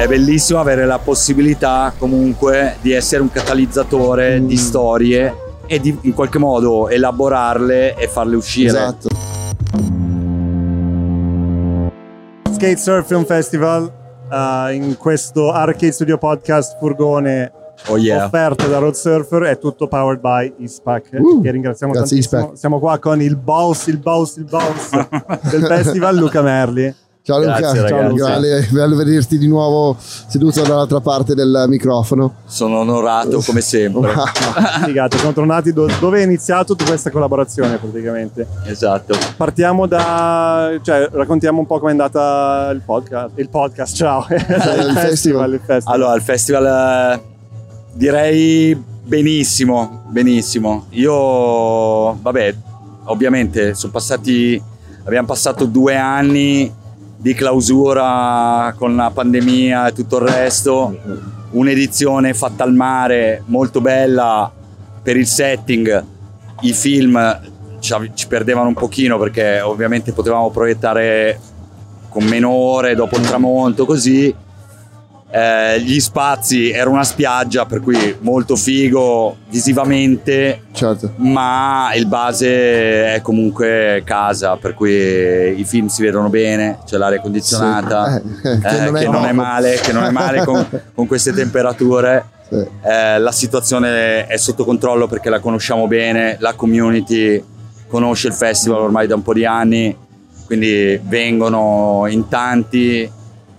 è bellissimo avere la possibilità comunque di essere un catalizzatore di storie e di in qualche modo elaborarle e farle uscire. Esatto. Skate Surf Film Festival, in questo Arcade Studio Podcast furgone offerto da Road Surfer, è tutto powered by Ispac, che ringraziamo tantissimo. Ispac. Siamo qua con il boss del festival, Luca Merli. Ciao Luca, Grazie, ciao Luca, bello vederti di nuovo seduto dall'altra parte del microfono. Sono onorato come sempre. Figata, siamo tornati dove è iniziato tutta questa collaborazione praticamente. Esatto. Partiamo raccontiamo un po' com'è andata il podcast, ciao. il festival. Allora, il festival direi benissimo. Io, ovviamente abbiamo passato 2 anni di clausura con la pandemia e tutto il resto, un'edizione fatta al mare molto bella per il setting. I film ci perdevano un pochino perché ovviamente potevamo proiettare con meno ore dopo il tramonto, così. Gli spazi era una spiaggia, per cui molto figo visivamente, certo, ma il base è comunque casa, per cui i film si vedono bene, c'è l'aria condizionata, che non è male con queste temperature. Sì. La situazione è sotto controllo perché la conosciamo bene, la community conosce il festival ormai da un po' di anni, quindi vengono in tanti.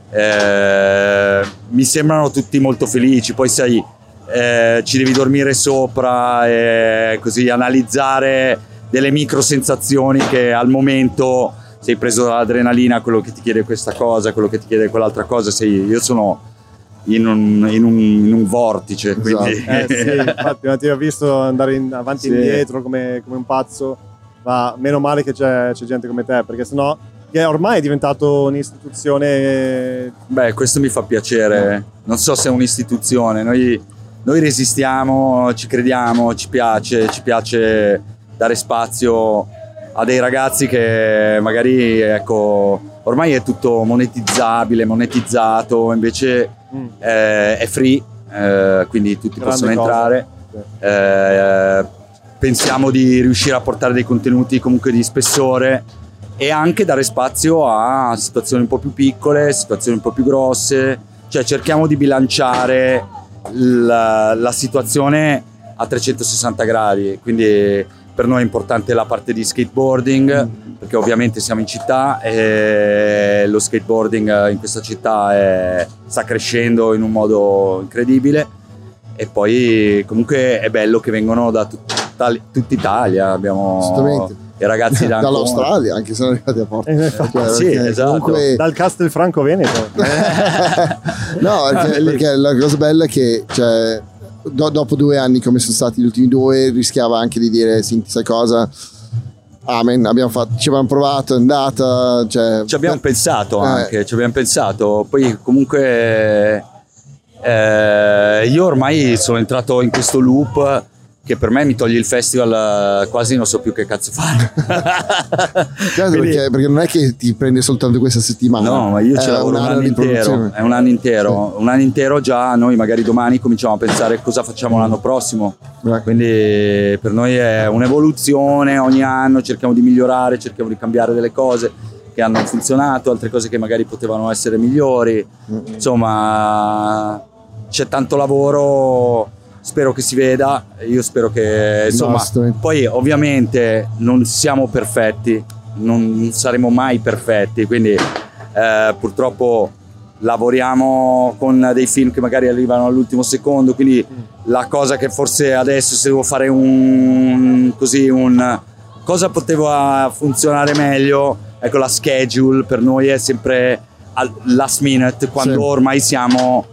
Mi sembrano tutti molto felici, poi sai, ci devi dormire sopra e così analizzare delle micro sensazioni che al momento sei preso dall'adrenalina, quello che ti chiede questa cosa, quello che ti chiede quell'altra cosa. Io sono in un vortice, quindi sì, infatti ti ho visto andare avanti e indietro come un pazzo, ma meno male che c'è gente come te, perché sennò che ormai è diventato un'istituzione. Questo mi fa piacere. Non so se è un'istituzione, noi resistiamo, ci crediamo, ci piace dare spazio a dei ragazzi che magari, ormai è tutto monetizzato, invece è free, quindi tutti possono entrare. Pensiamo di riuscire a portare dei contenuti comunque di spessore e anche dare spazio a situazioni un po' più piccole, situazioni un po' più grosse, cioè cerchiamo di bilanciare la situazione a 360 gradi, quindi per noi è importante la parte di skateboarding, perché ovviamente siamo in città e lo skateboarding in questa città sta crescendo in un modo incredibile, e poi comunque è bello che vengono da tutta Italia, abbiamo i ragazzi dall'Australia, anche se sono arrivati a Porto. Sì, esatto. Comunque, dal Castelfranco Veneto. No, perché la cosa bella è che dopo 2 anni come sono stati gli ultimi 2, rischiava anche di dire: senti, sai cosa? Amen, ci abbiamo provato, è andata. Ci abbiamo pensato anche, poi comunque io ormai sono entrato in questo loop che per me mi toglie il festival, quasi non so più che cazzo fare. Certo, perché non è che ti prende soltanto questa settimana. No, ma io ce lavoro un anno intero. È un anno intero. Sì. Un anno intero già. Noi magari domani cominciamo a pensare cosa facciamo l'anno prossimo. Quindi per noi è un'evoluzione, ogni anno cerchiamo di migliorare, cerchiamo di cambiare delle cose che hanno funzionato, altre cose che magari potevano essere migliori. Insomma, c'è tanto lavoro. Spero che si veda, io spero che poi ovviamente non siamo perfetti, non saremo mai perfetti, quindi purtroppo lavoriamo con dei film che magari arrivano all'ultimo secondo, quindi la cosa che forse adesso, se devo fare cosa poteva funzionare meglio, ecco, la schedule per noi è sempre al last minute, quando ormai siamo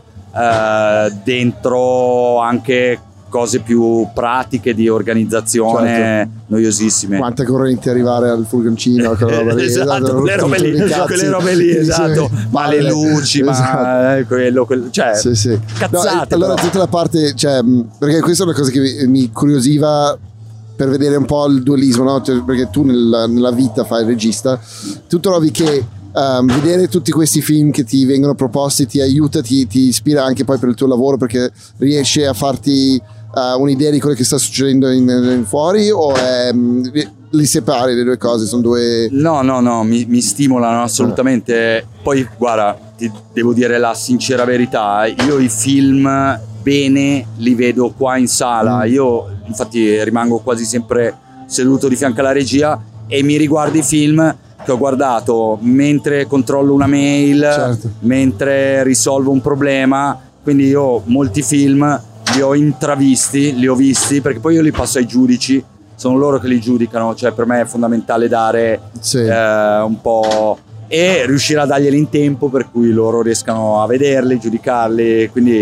dentro anche cose più pratiche di organizzazione, noiosissime. Quante correnti arrivare al furgoncino, esatto, quelle robe lì, esatto. Ma le luci, cazzate. No, allora tutta la parte, perché questa è una cosa che mi curiosiva per vedere un po' il dualismo, no? Perché tu nella vita fai il regista, tu trovi che vedere tutti questi film che ti vengono proposti ti aiuta, ti ispira anche poi per il tuo lavoro, perché riesce a farti un'idea di quello che sta succedendo in fuori, o li separi le due cose? Sono due... No, mi stimolano assolutamente. Poi guarda, ti devo dire la sincera verità, io i film bene li vedo qua in sala. Io infatti rimango quasi sempre seduto di fianco alla regia e mi riguardo i film che ho guardato mentre controllo una mail, certo, mentre risolvo un problema. Quindi io molti film li ho intravisti, li ho visti, perché poi io li passo ai giudici, sono loro che li giudicano, cioè per me è fondamentale dare un po' e riuscire a darglieli in tempo per cui loro riescano a vederli, giudicarli, quindi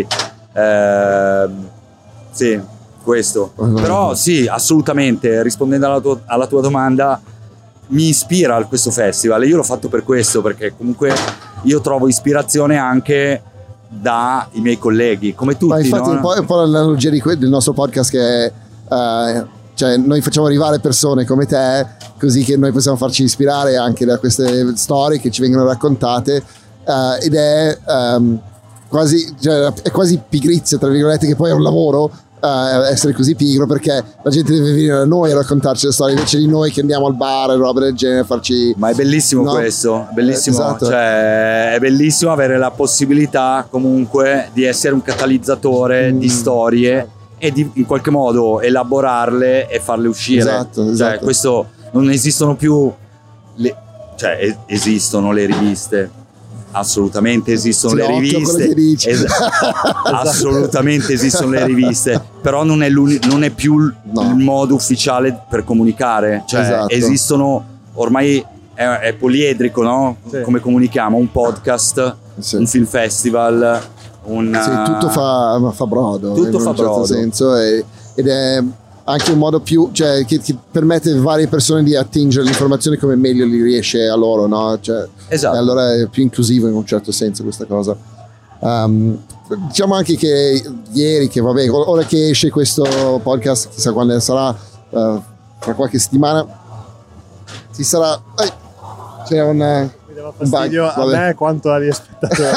sì, questo. Però sì, assolutamente, rispondendo alla tua domanda, mi ispira questo festival, io l'ho fatto per questo, perché comunque io trovo ispirazione anche dai miei colleghi, come tutti. Ma infatti, no? un po' l'analogia del nostro podcast, che cioè noi facciamo arrivare persone come te, così che noi possiamo farci ispirare anche da queste storie che ci vengono raccontate, ed è quasi, cioè, è quasi pigrizia, tra virgolette, che poi è un lavoro essere così pigro, perché la gente deve venire da noi a raccontarci le storie invece di noi che andiamo al bar e roba del genere, farci... Ma è bellissimo, no? Questo, bellissimo, esatto. Cioè è bellissimo avere la possibilità comunque di essere un catalizzatore di storie e di in qualche modo elaborarle e farle uscire. Esatto. Cioè questo, non esistono più esistono le riviste. Assolutamente esistono le riviste, assolutamente esistono le riviste, però non è più il modo ufficiale per comunicare, cioè esistono, ormai è poliedrico, no? Sì. Come comunichiamo, un podcast, un film festival, tutto fa brodo, tutto fa brodo, certo senso, ed è anche un modo più, cioè, che permette a varie persone di attingere l'informazione come meglio li riesce a loro, no? Cioè, esatto. E allora è più inclusivo in un certo senso questa cosa. Diciamo anche che ieri, che vabbè, ora che esce questo podcast, chissà quando sarà, tra qualche settimana, ci sarà... c'è un fastidio a me quanto agli spettatori.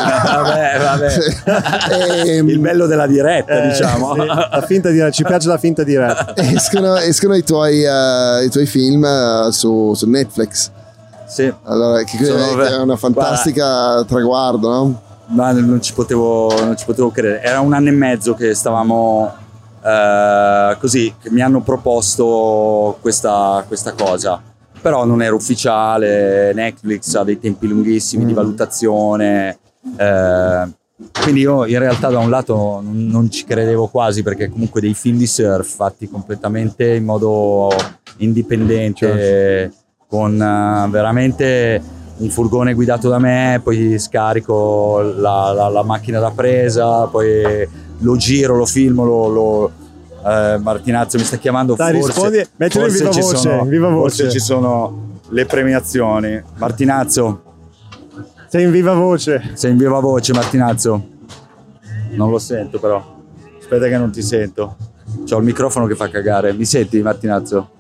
vabbè. Il bello della diretta, diciamo. Sì, la finta diretta, ci piace la finta diretta. Escono i tuoi film su Netflix. Sì. Allora, è una fantastica traguardo, no? Ma non ci potevo credere. Era 1 anno e mezzo che stavamo così, che mi hanno proposto questa cosa. Però non era ufficiale, Netflix ha dei tempi lunghissimi di valutazione, quindi io in realtà da un lato non ci credevo quasi, perché comunque dei film di surf fatti completamente in modo indipendente, certo, con veramente un furgone guidato da me, poi scarico la macchina da presa, poi lo giro, lo filmo, Martinazzo mi sta chiamando. Dai, rispondi, mettilo in viva voce. Forse ci sono le premiazioni. Martinazzo, sei in viva voce. Sei in viva voce, Martinazzo. Non lo sento, però. Aspetta che non ti sento. C'ho il microfono che fa cagare. Mi senti, Martinazzo?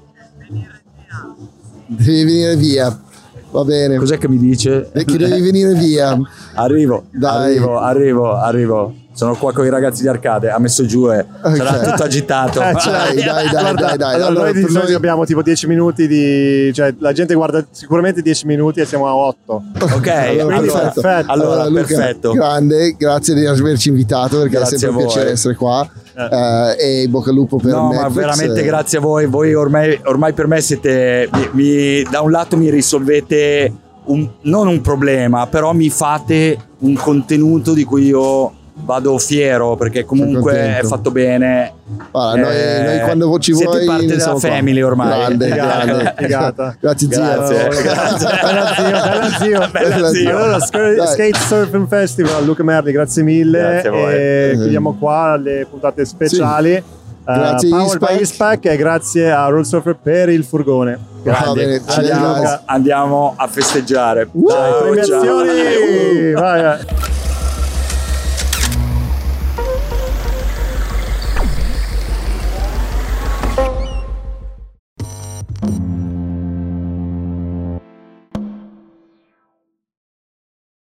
Devi venire via. Va bene. Cos'è che mi dice? Che devi venire via. Arrivo. Sono qua con i ragazzi di Arcade, ha messo giù e sarà tutto agitato. Dai. Allora, noi di solito abbiamo tipo 10 minuti cioè la gente guarda sicuramente 10 minuti e siamo a 8. Ok, perfetto. Allora, Luca, perfetto. Grande, grazie di averci invitato, perché grazie, è sempre un piacere essere qua. E bocca al lupo per Netflix. Ma veramente grazie a voi. Voi ormai per me siete, da un lato mi risolvete non un problema, però mi fate un contenuto di cui io vado fiero, perché comunque è fatto bene. Allora, noi quando ci vuoi siete parte della family ormai. Grande. Grazie zio. Bella zio. Allora, Skate Surf Festival, Luca Merli, grazie mille. Grazie a voi. E chiudiamo qua le puntate speciali. Sì. Grazie Powered by Ispac, e grazie a Road Surfer per il furgone. Andiamo a festeggiare. Dai, premiazioni! Vai.